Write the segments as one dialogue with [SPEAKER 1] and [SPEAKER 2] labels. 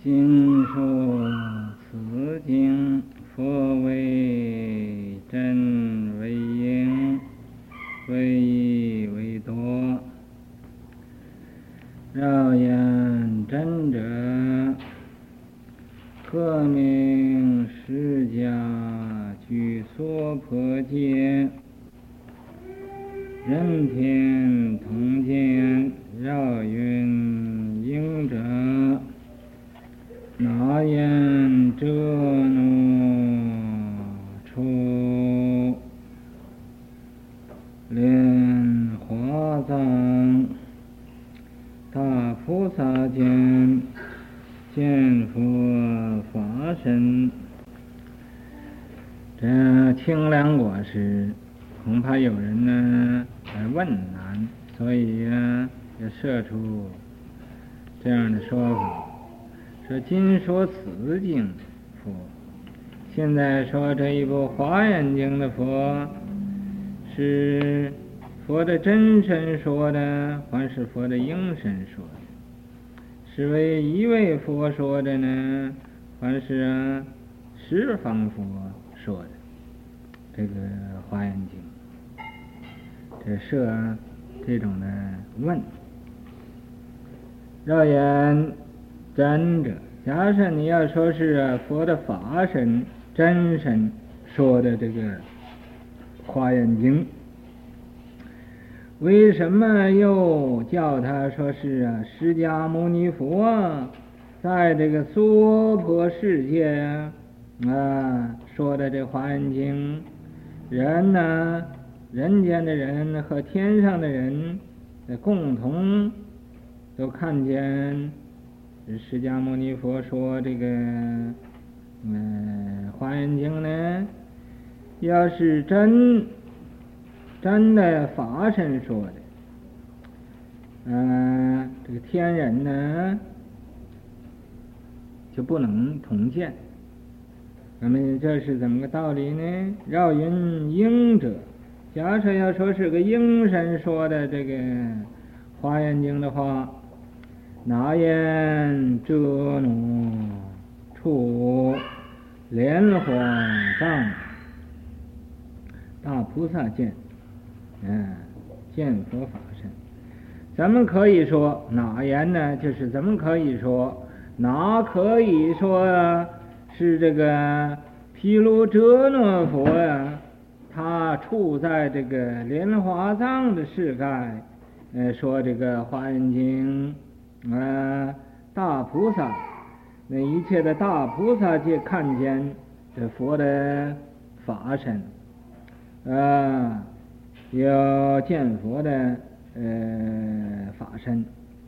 [SPEAKER 1] 今说此经，佛为真为应，为义为多。绕言真者，何名释迦居所破戒，人天同见，绕云应者，那言者诺出莲花藏，大菩萨见佛法身。这清凉果实，恐怕有人呢来问难，所以也设出这样的说法，说今说此经佛，现在说这一部华严经的佛，是佛的真身说的，还是佛的应身说的？是为一位佛说的呢，还是十方佛说的？这个华严经，这设这种的问。绕言真者，假设你要说是佛的法身真身说的这个华严经，为什么又叫他说是释迦牟尼佛在这个娑婆世界说的这华严经？人呢，人间的人和天上的人共同都看见释迦牟尼佛说这个华严经呢，要是真的法身说的，这个天人呢就不能同见。那么这是怎么个道理呢？绕云应者，假设要说是个应身说的这个华严经的话，那言遮诺出莲花藏，大菩萨见佛法身。咱们可以说哪言呢？就是咱们可以说哪可以说是这个毗卢遮那佛他处在这个莲花藏的世界，说这个华严经，大菩萨，那一切的大菩萨皆看见这佛的法身，有见佛的法身。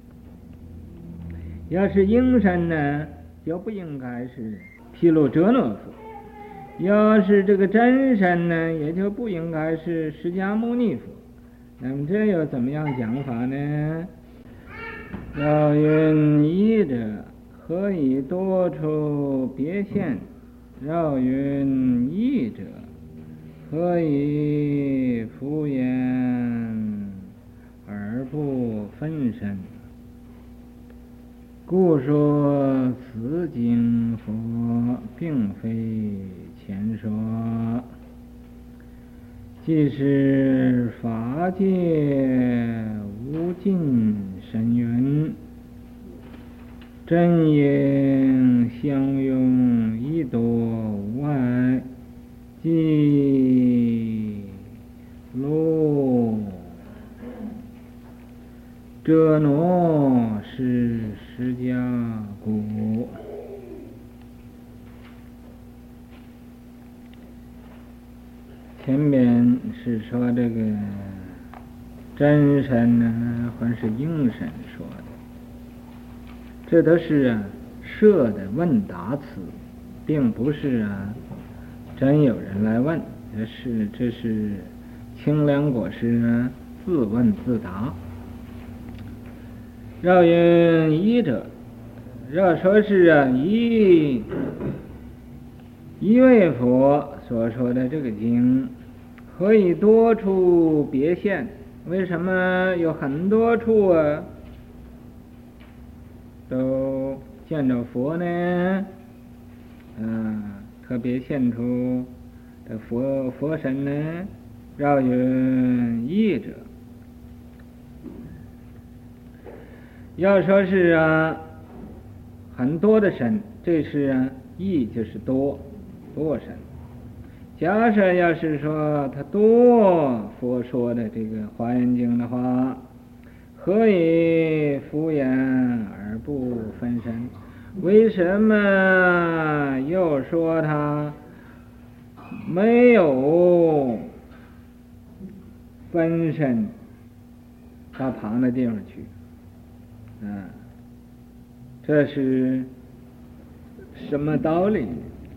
[SPEAKER 1] 要是应身呢，就不应该是毗卢遮那佛；要是这个真身呢，也就不应该是释迦牟尼佛。那么这又怎么样讲法呢？绕云一者，何以多处别现？绕云一者，何以敷衍而不分身？故说此经佛并非前说，即是法界无尽深渊，真应相用一多外，即卢遮诺是释迦故。前面是说这个真身呢，还是应身说的？这都是设的问答词，并不是真有人来问，这是清凉果实自问自答。绕云一者，要说是一位佛所说的这个经，何以多处别现？为什么有很多处都见着佛呢，特别现出的佛身呢，绕云异者。要说是很多的身，这是异就是多身。假设要是说他多佛说的这个《华严经》的话，何以敷衍而不分身？为什么又说他没有分身到旁的地方去？这是什么道理？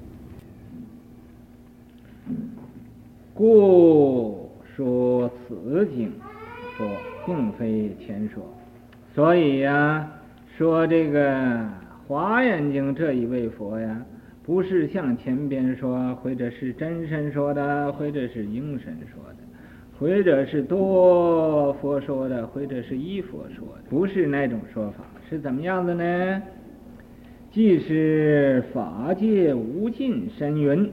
[SPEAKER 1] 故说此经说并非前说，所以说这个华严经这一位佛不是像前边说，或者是真神说的，或者是应神说的，或者是多佛说的，或者是一佛说的，不是那种说法。是怎么样的呢？即是法界无尽深云。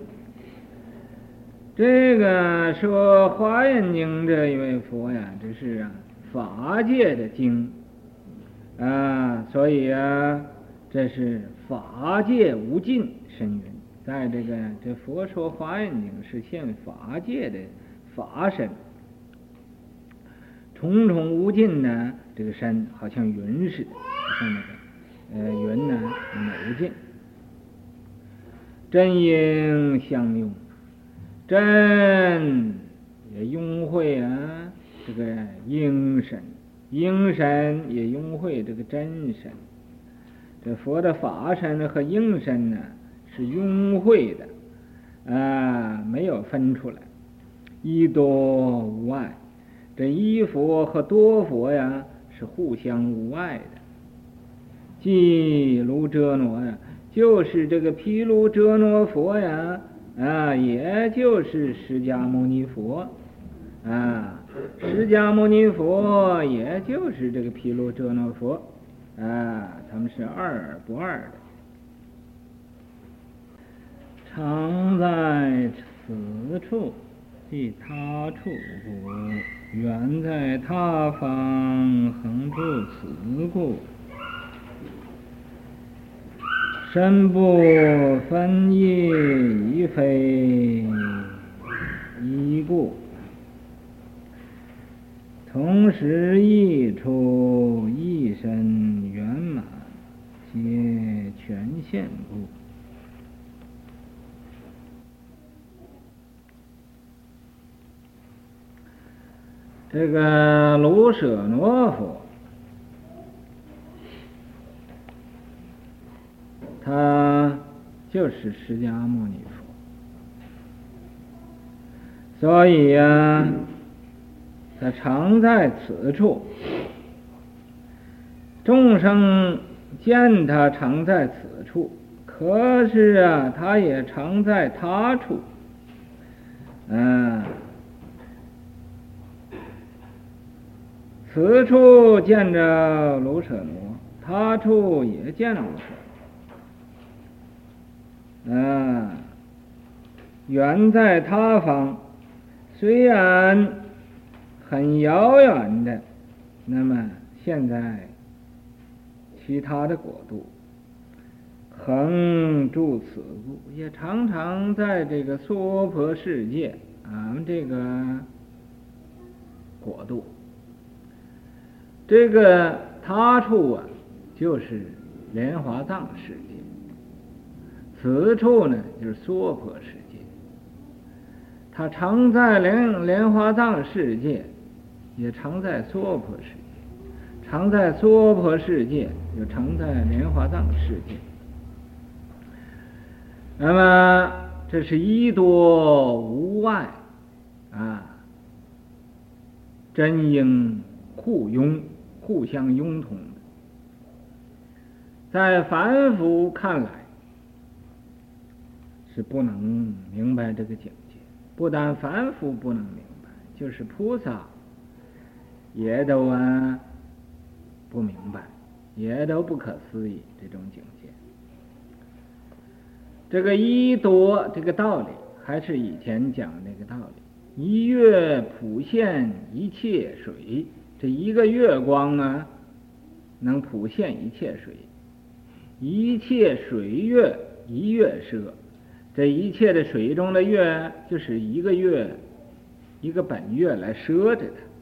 [SPEAKER 1] 这个说华严经这一位佛这是法界的经所以这是法界无尽深云。在这佛说华严经是现法界的法身，重重无尽呢，这个身好像云似的，像那个云那么无尽。真应相拥，真也拥会这个应身，应身也拥会这个真身。这佛的法身和应身呢是拥会的没有分出来，一多无碍。这一佛和多佛是互相无碍的。即卢遮那就是这个毗卢遮那佛也就是释迦牟尼佛释迦牟尼佛也就是这个毗卢遮那佛他们是二而不二的。常在此处即他处故，远在他方恒住此故，身不分异，亦非一故，同时一处一身圆满，皆全现故。这个卢舍那佛，他就是释迦牟尼佛，所以他常在此处。众生见他常在此处，可是他也常在他处。此处见着卢舍那，他处也见卢舍那。远在他方，虽然很遥远的，那么现在其他的国度，恒住此故，也常常在这个娑婆世界俺们这个国度。这个他处就是莲华藏世界，此处呢就是娑婆世界。他常在莲华藏世界，也常在娑婆世界，常在娑婆世界，又常在莲华藏世界。那么这是一多无碍真应互拥，互相拥同的。在凡夫看来是不能明白这个境界，不但凡夫不能明白，就是菩萨也都不明白。 也都不可思议这种境界。这个一多这个道理还是以前讲那个道理，一月普现一切水，这一个月光啊能普现一切水，一切水月一月摄，这一切的水中的月就是一个月一个本月来摄着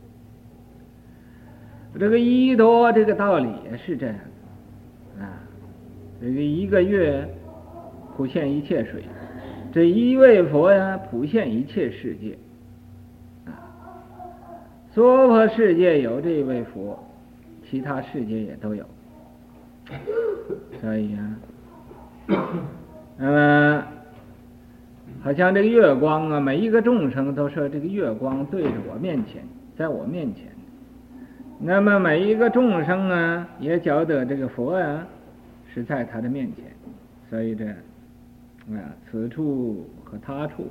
[SPEAKER 1] 它。这个一多这个道理也是这样啊，这个一个月普现一切水，这一位佛呀普现一切世界啊，娑婆世界有这一位佛，其他世界也都有。所以啊，那么好像这个月光啊，每一个众生都说这个月光对着我面前，在我面前。那么每一个众生啊，也觉得这个佛啊是在他的面前。所以这此处和他处，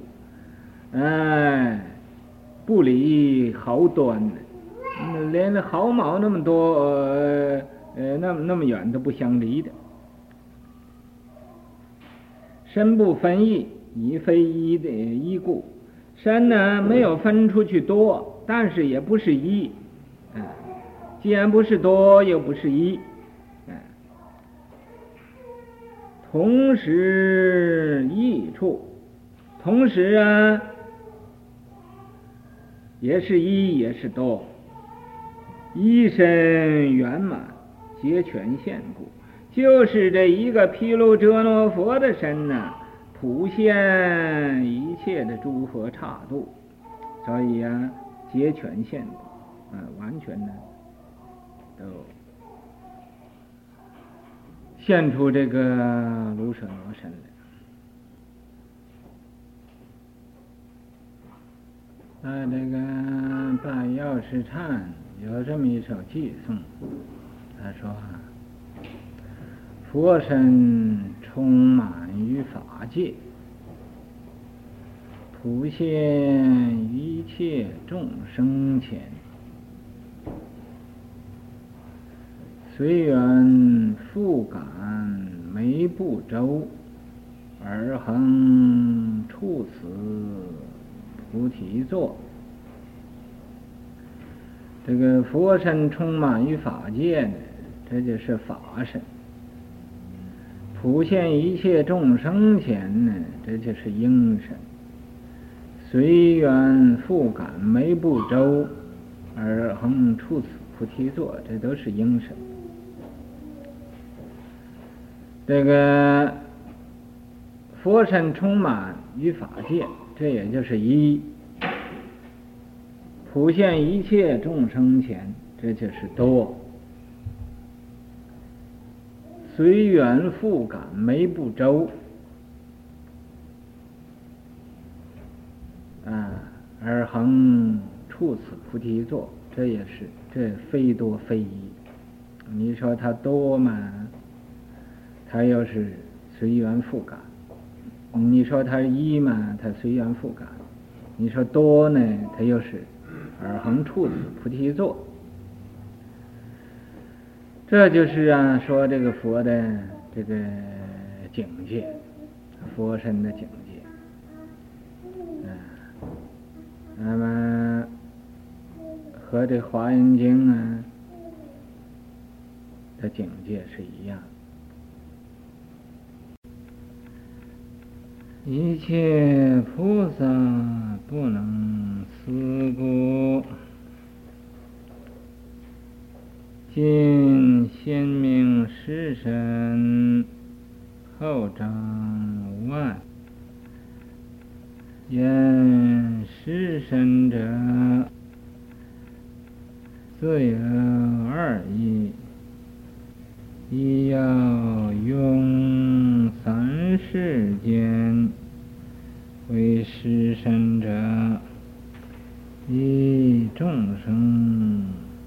[SPEAKER 1] 不离毫端，连毫毛那么多，那么远都不相离的。身不分异，已非一的一故。身呢没有分出去多，但是也不是一，既然不是多，又不是一，同时异处，同时啊，也是一也是多，一身圆满，皆全现故。就是这一个毗卢遮那佛的身呢，普现一切的诸佛刹度，所以啊，皆全现故，完全呢都现出这个卢舍那身来。这个拜药师忏有这么一首偈颂，他说佛身充满于法界，普现一切众生前，随缘复感眉不周，而恒处此菩提座。这个佛身充满于法界呢，这就是法身。普现一切众生前呢，这就是应身。随缘复感眉不周，而恒处此菩提座，这都是应身。这个佛身充满于法界，这也就是一。普现一切众生前，这就是多。随缘复感眉不周，而恒处此菩提座，这也是，这非多非一。你说它多嘛，它又是随缘复感；你说它一嘛，它随缘复感；你说多呢，它又是而恒处此菩提座。这就是说这个佛的这个境界，佛身的境界，那么和这华严经的境界是一样。一切菩萨不能思故，今先明实身，后彰无碍。言实身者，自有二义：一要用三世间为实身者，一众生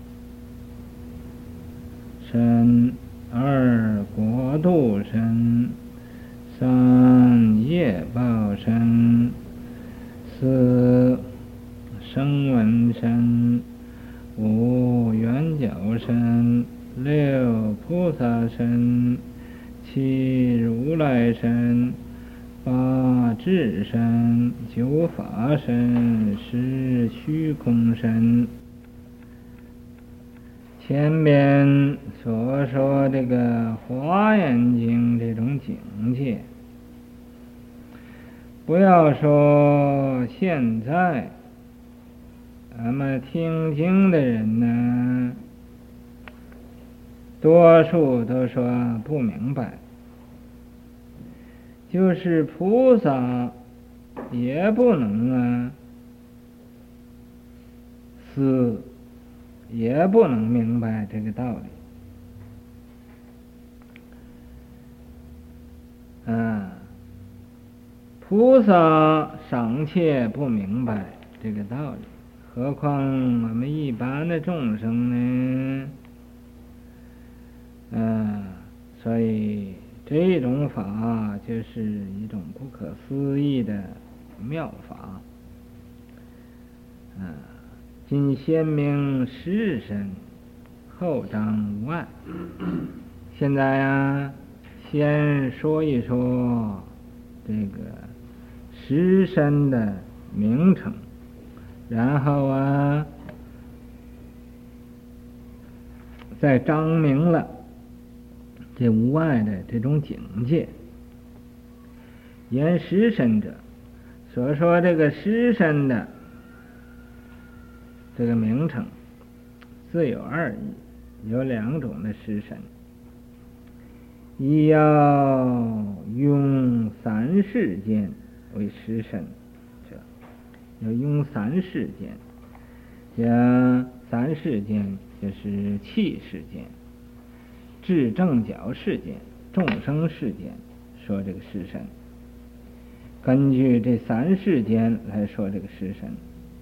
[SPEAKER 1] 身，二国度身，三业报身，四声闻身，五缘觉身， 六菩萨身，七如来身，八智身，九法身，十虚空身。前边所说这个华严经这种境界，不要说现在咱们听经的人呢，多数都说不明白，就是菩萨也不能也不能明白这个道理。菩萨尚且不明白这个道理，何况我们一般的众生呢？所以这种法就是一种不可思议的妙法。今先明实身，后彰无碍。现在先说一说这个实身的名称，然后再彰明了这无碍的这种境界。言实身者，所说这个实身的这个名称，自有二义，有两种的实身。一要用三世间为实身者，要用三世间，三世间就是气世间、智正觉世间、众生世间，说这个实身。根据这三世间来说这个实身。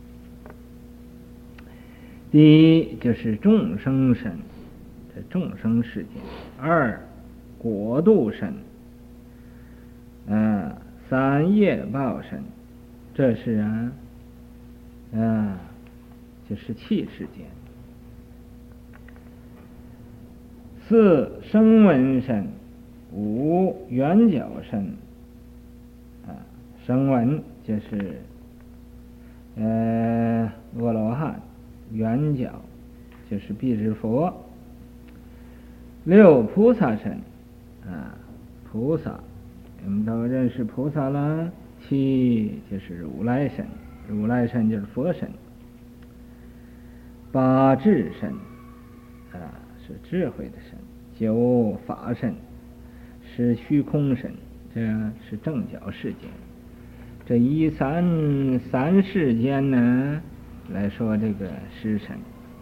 [SPEAKER 1] 第一就是众生身，这众生世间；二国度身，三业报身，这是就是气世间；四声闻身，五缘觉身。声闻就是阿罗汉，缘觉就是辟支佛。六菩萨身，菩萨我们都认识菩萨了。七就是如来身，如来身就是佛身。八智身，是智慧的身。九法身是虚空身，这是正觉世间。这一三世间呢来说这个实身。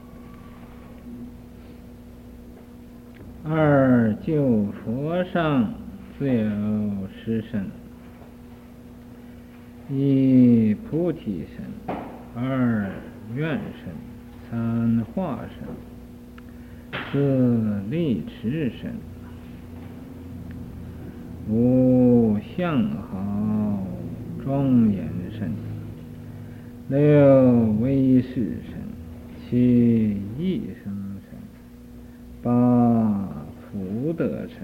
[SPEAKER 1] 二就佛上自有实身，一菩提身，二愿身，三化身，四利持身，五相好庄严身，六威势身，七异生身，八福德身，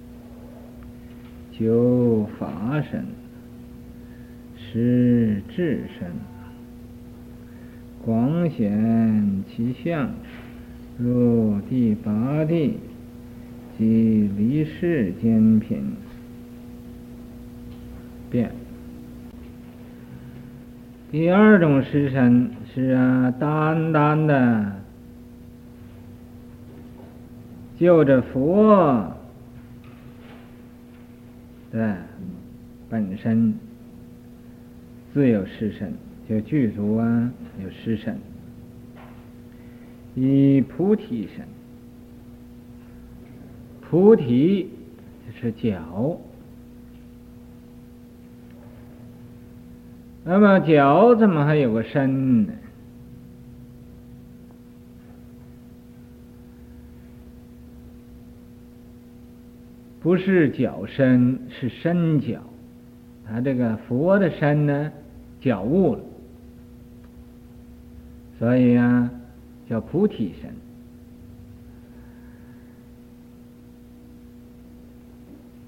[SPEAKER 1] 九法身，十智身，广显其相，入第八地，即离世间品变。第二种实身是单单的就着佛的本身自有实身，就具足有实身。以菩提身，菩提就是觉，那么觉怎么还有个身呢？不是觉身，是身觉。他这个佛的身呢，觉悟了，所以叫菩提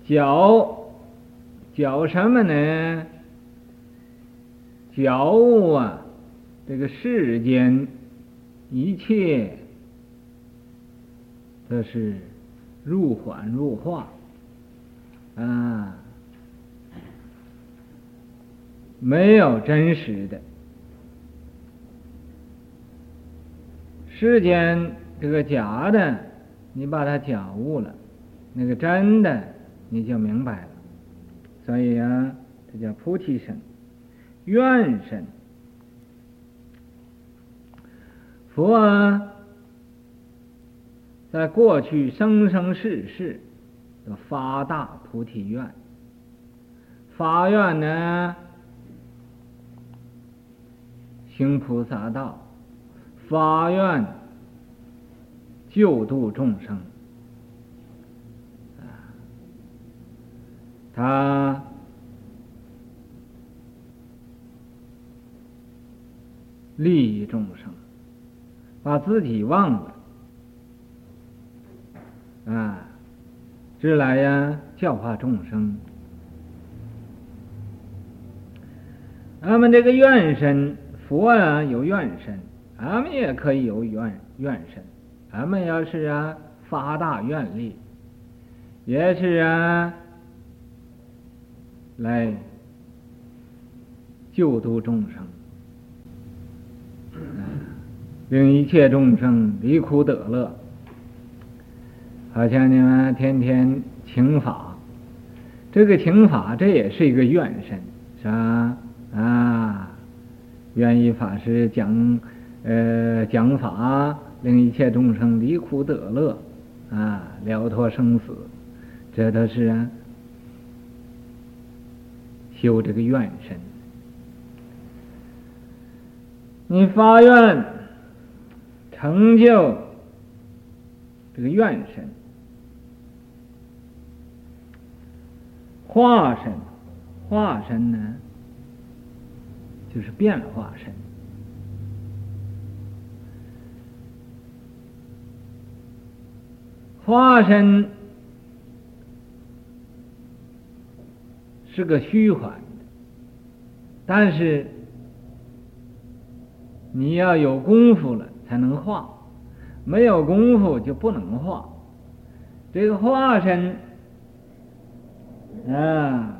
[SPEAKER 1] 觉什么呢？觉悟啊，这个世间一切都是入幻入化啊，没有真实的。世间这个假的，你把它觉悟了，那个真的你就明白了。所以啊，这叫菩提身、愿身。佛啊，在过去生生世世都发大菩提愿，发愿呢，行菩萨道，发愿救度众生。他利益众生，把自己忘了啊，只来呀教化众生。那么这个愿身，佛啊有愿身，俺们也可以有愿身。俺们要是啊发大愿力，也是啊来救度众生，令一切众生离苦得乐。好像你们天天请法，这个请法这也是一个愿身，是吧？啊，愿意法师讲法，令一切众生离苦得乐啊，了脱生死，这都是啊修这个愿身。你发愿成就这个愿身，化身呢就是变化身。化身是个虚幻的，但是你要有功夫了才能化，没有功夫就不能化。这个化身啊，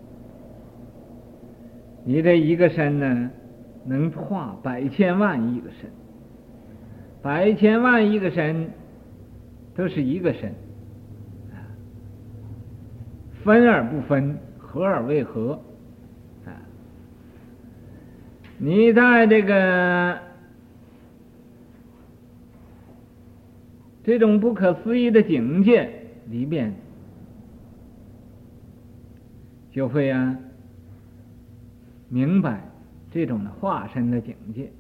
[SPEAKER 1] 你这一个身呢，能化百千万亿个身，百千万亿个身都是一个身，分而不分，合而为合啊。你在这种不可思议的境界里边，就会啊明白这种的化身的境界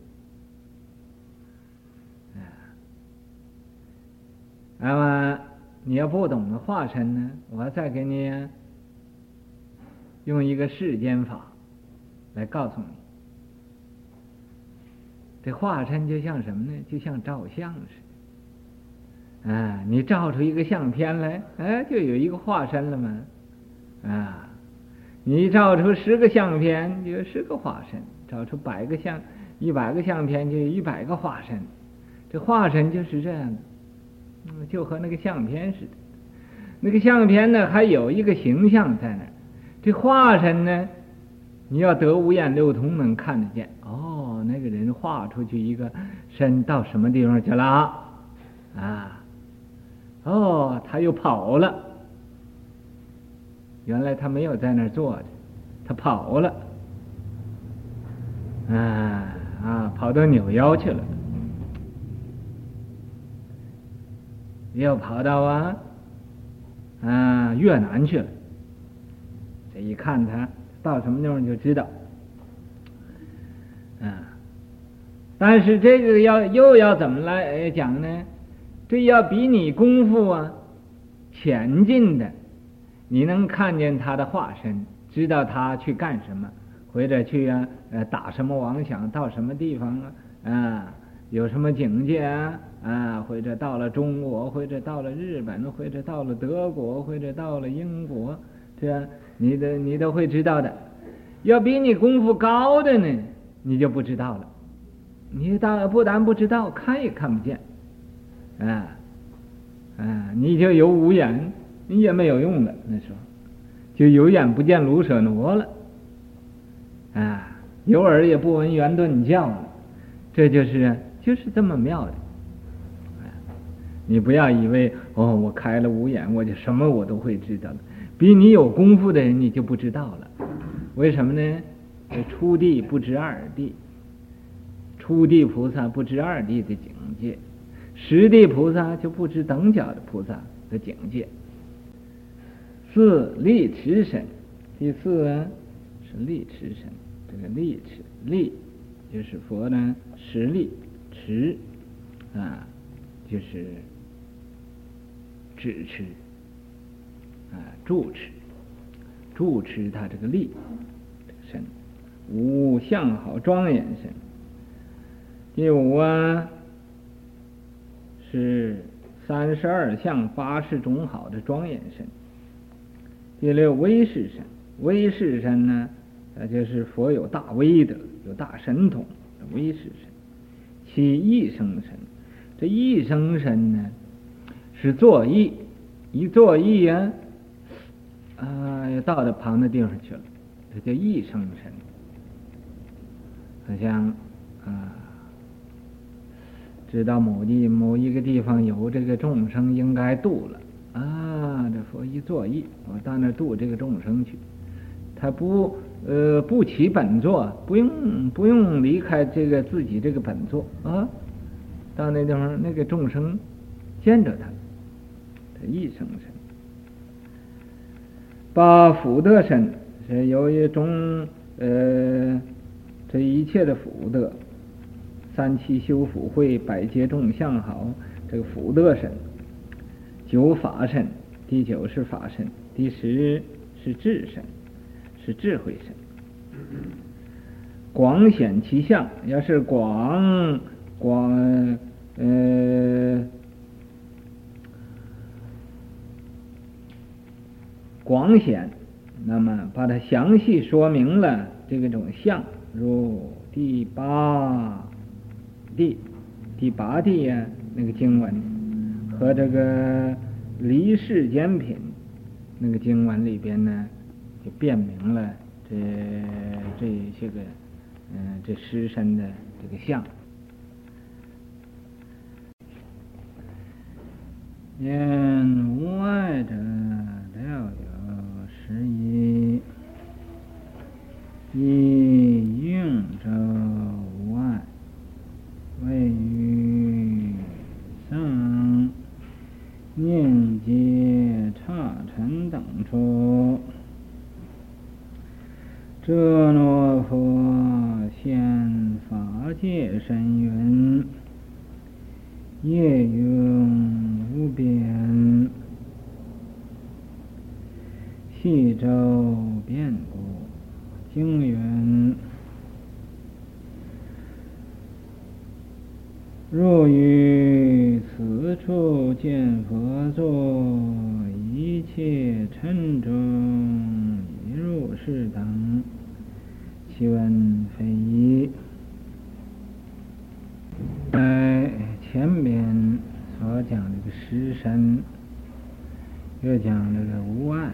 [SPEAKER 1] 那么你要不懂得化身呢，我再给你用一个世间法来告诉你。这化身就像什么呢？就像照相似的啊，你照出一个相片来，哎，就有一个化身了嘛啊。你照出10个相片，就有10个化身；照出100个相片，就有100个化身。这化身就是这样的，就和那个相片似的。那个相片呢，还有一个形象在那儿。这化身呢，你要得五眼六通能看得见。哦，那个人画出去一个身到什么地方去了啊？哦，他又跑了。原来他没有在那儿坐着，他跑了，跑到扭腰去了，又跑到越南去了。这一看他到什么地方就知道，但是这个又要怎么来讲呢？这要比你功夫前进的。你能看见他的化身，知道他去干什么，或者去打什么妄想，到什么地方有什么境界啊？或者到了中国，或者到了日本，或者到了德国，或者到了英国，这样你都会知道的。要比你功夫高的呢，你就不知道了。你不但不知道，看也看不见，你就有五眼，你也没有用的。那时候就有眼不见卢舍那了，有耳也不闻圆顿教了。这就是这么妙的。你不要以为我开了五眼，我就什么我都会知道了。比你有功夫的人，你就不知道了。为什么呢？初地不知二地，初地菩萨不知二地的境界，十地菩萨就不知等角的菩萨的境界。四力持身，第四是力持身。这个力就是佛呢实力，持就是指持住持他这个力身。五相好庄严身。第五是32相80种好的庄严身。第六威势身。威势身呢，就是佛有大威德，有大神通，威势身。七一生身。这一生身呢是作意，一作意到了旁的地方去了，这叫一生身。好像知道某一个地方有这个众生应该度了这佛一作意，我到那度这个众生去，他不起本座，不用离开这个自己这个本座到那地方那个众生见着他一生身。八福德身是有一种这一切的福德，三七修福慧，百劫众相好，这个福德身。九法身，第九是法身，第10是智身，是智慧身。广显其相，要是广显，那么把它详细说明了这种相，如第八地那个经文和这个离世间品那个经文里边呢，就辨明了这些个这尸身的这个相。言无碍者了有11，以用者无碍，位于上念劫刹尘等处，遮罗佛现法界身云，业用无边，细周遍布经云，若于此处见佛座，一切尘中一入是等，其闻非一。前边所讲这个尸身，又讲这个无碍，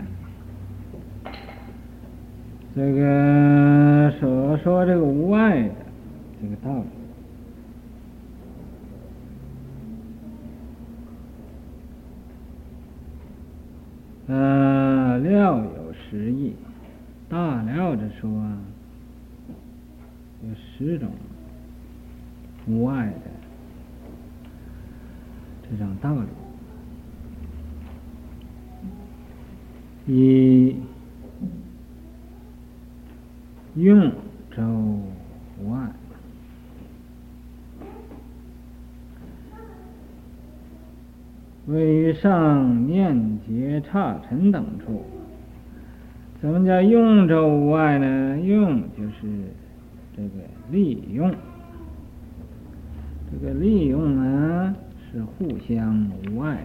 [SPEAKER 1] 这个所说这个无碍的这个道理。料有10义，大料着说有10种无碍的这种道理。一用周无碍，位于上念劫刹尘等处。怎么叫用周无碍呢？用就是这个利用， 这个利用呢是互相无碍。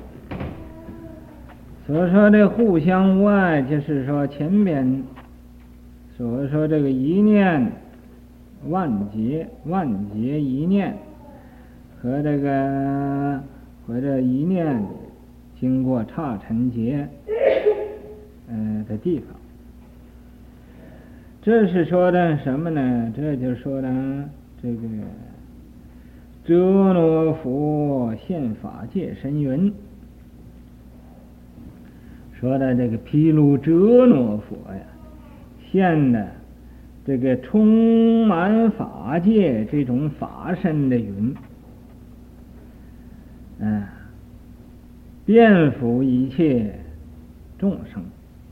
[SPEAKER 1] 所说这互相无碍，就是说前边所说这个一念万劫一念和这一念经过刹尘劫的地方，这是说的什么呢？这就说的这个遮罗佛现法界深云，说的这个毗卢遮罗佛呀，现的这个充满法界这种法身的云，遍覆一切众生，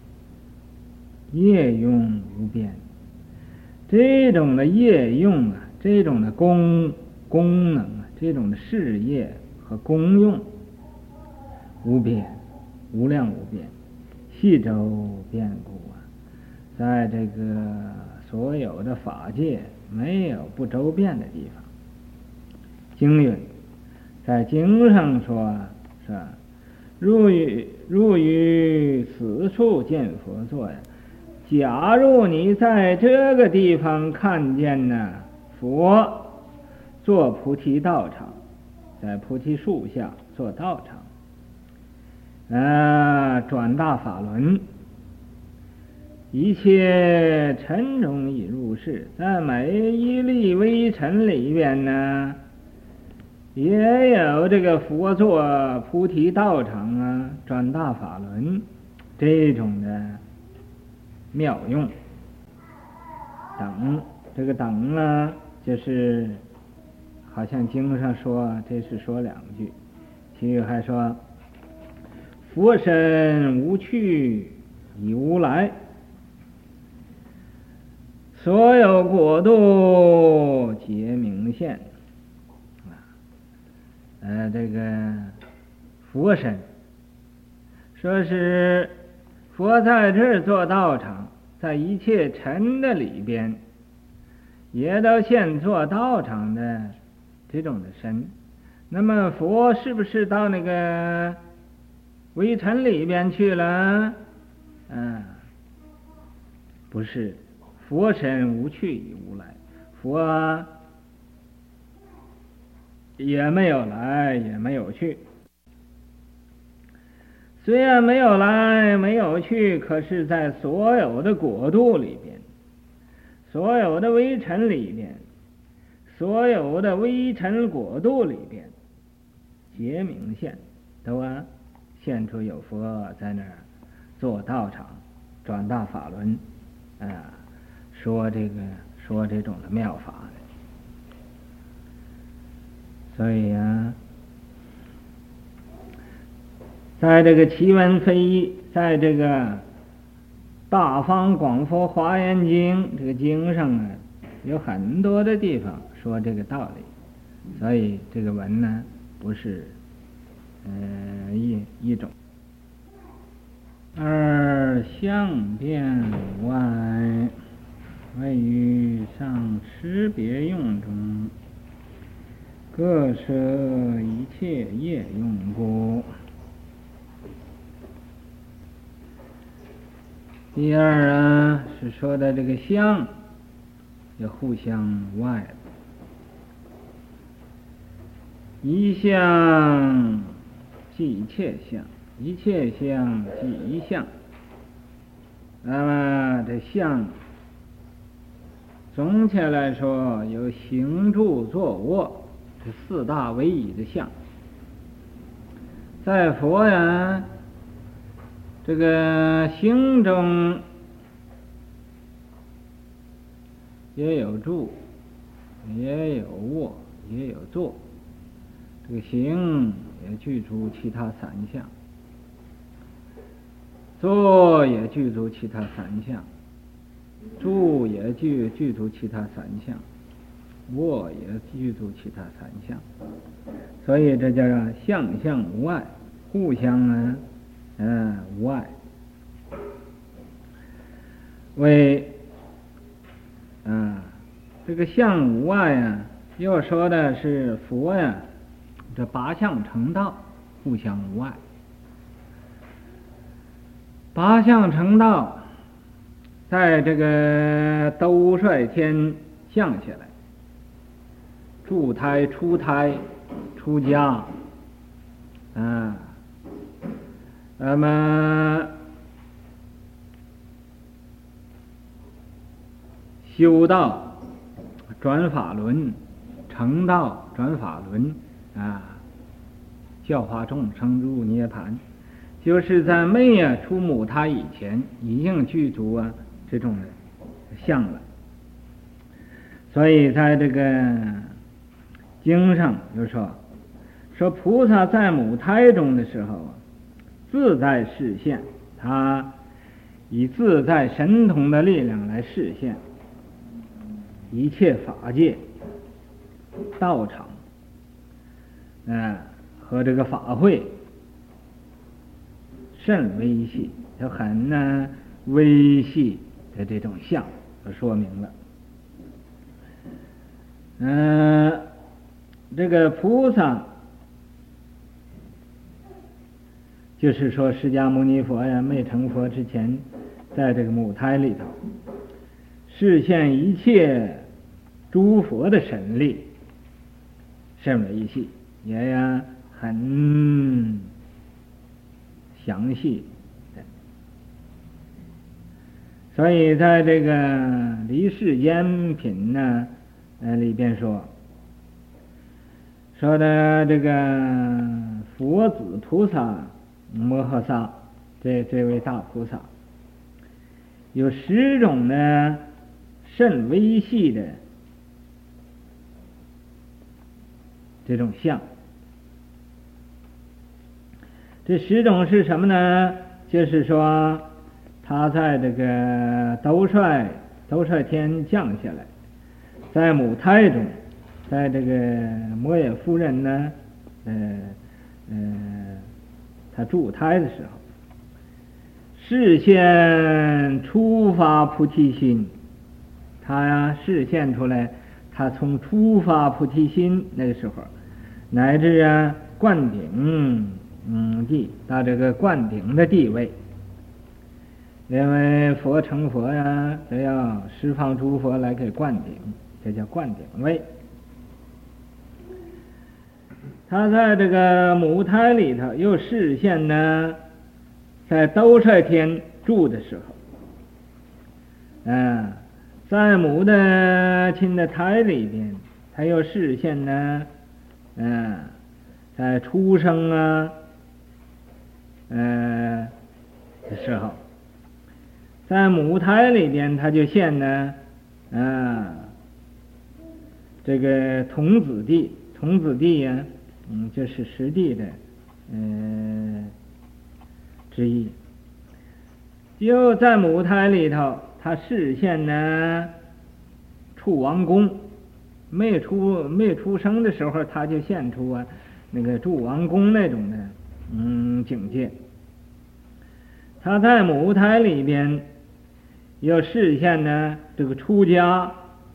[SPEAKER 1] 业用无边。这种的业用啊，这种的功能啊，这种的事业和功用无边，无量无边，细周遍故啊，在这个所有的法界没有不周遍的地方。经云，在经上说是吧，入于此处见佛座呀。假如你在这个地方看见呢，佛做菩提道场，在菩提树下做道场，转大法轮，一切尘中已入世，在每一粒微尘里边呢，也有这个佛做菩提道场啊，转大法轮这种的妙用等。这个等呢，就是好像经上说，这是说两句，其余还说佛身无去已无来，所有国度皆明现。这个佛身说是佛在这儿做道场，在一切尘的里边也都现做道场的这种的身。那么佛是不是到那个微尘里边去了？不是，佛身无去已无来，佛也没有来也没有去。虽然没有来没有去，可是在所有的国度里边，所有的微尘里边，所有的微尘国度里边皆明现，都现出有佛在那儿做道场，转大法轮，说这种的妙法的。所以在这个奇闻非议，在这个大方广佛华严经这个经上有很多的地方说这个道理，所以这个文呢不是一种。而相变外，位于上识别用中，各摄一切业用故。第二是说的这个相也互相无碍，一相即一切相，一切相即一相。那么这相总体来说有行住坐卧这四大唯一的相。在佛这个行中也有住，也有卧，也有坐。这个行也具足其他三项，坐也具足其他三项，住也具足其他三项，卧也具足其他三项。所以这叫相相无碍，互相无碍。为这个相无碍又说的是佛呀，这八相成道，互相无碍。八相成道，在这个兜率天降下来，住胎、出胎、出家，那么修道转法轮，成道转法轮，教化众生入涅盘，就是在没出母胎以前，已经具足这种相了。所以在这个经上就说菩萨在母胎中的时候自在示现，他以自在神通的力量来示现一切法界、道场，和这个法会甚微细，就很微细的这种相，就说明了。这个菩萨，就是说释迦牟尼佛呀，没成佛之前，在这个母胎里头，示现一切诸佛的神力，甚微细，也很详细的。所以在这个离世间品呢，里边说的这个佛子菩萨摩诃萨，这位大菩萨有10种呢甚微细的这种相。这10种是什么呢？就是说他在这个兜率天降下来，在母胎中，在这个摩耶夫人呢他住胎的时候，示现初发菩提心，他示现出来，他从初发菩提心那个时候，乃至灌顶地到这个灌顶的地位。因为佛成佛都要十方诸佛来给灌顶，这叫灌顶位。他在这个母胎里头又示现呢，在兜率天住的时候，在母的亲的胎里边，他又示现呢，在出生的时候，在母胎里边他就现呢，这个童子地呀，就是实地的之一。又在母胎里头，他示现呢处王宫，没出生的时候，他就现出那个住王宫那种的境界。他在母胎里边又示现呢这个出家，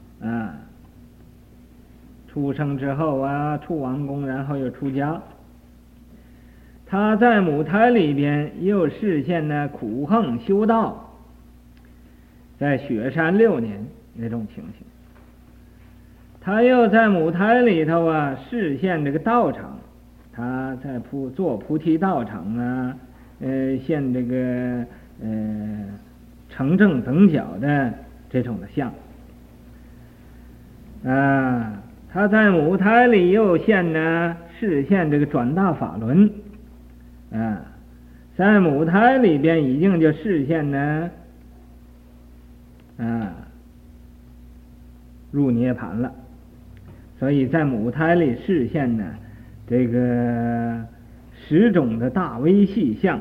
[SPEAKER 1] 出生之后处王宫，然后又出家。他在母胎里边又示现呢苦行修道，在雪山6年那种情形。他又在母胎里头示现这个道场，他在做菩提道场现这个成正等角的这种的相。他在母胎里又现呢示现这个转大法轮，在母胎里边已经就示现呢入涅盘了。所以在母胎里示现呢这个10种的大微细相，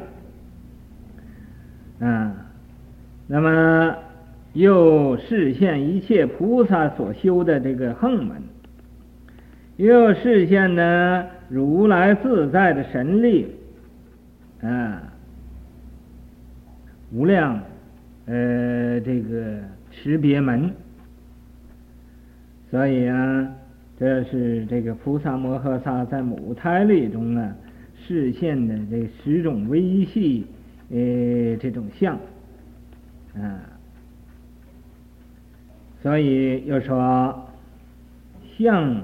[SPEAKER 1] 那么又示现一切菩萨所修的这个横门，又示现呢如来自在的神力，无量这个识别门。所以这是这个菩萨摩诃萨在母胎里中啊示现的这10种微细这种相啊，所以又说相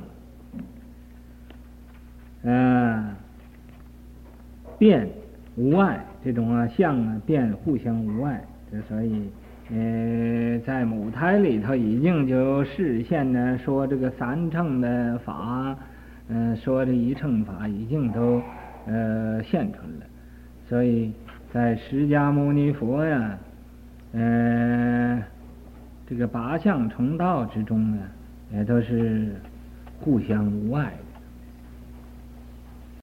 [SPEAKER 1] 变无碍，这种相变互相无碍，所以在母胎里头已经就示现呢，说这个3乘的法，说这1乘法已经都现出来了，所以在释迦牟尼佛呀，这个8相成道之中呢，也都是互相无碍的。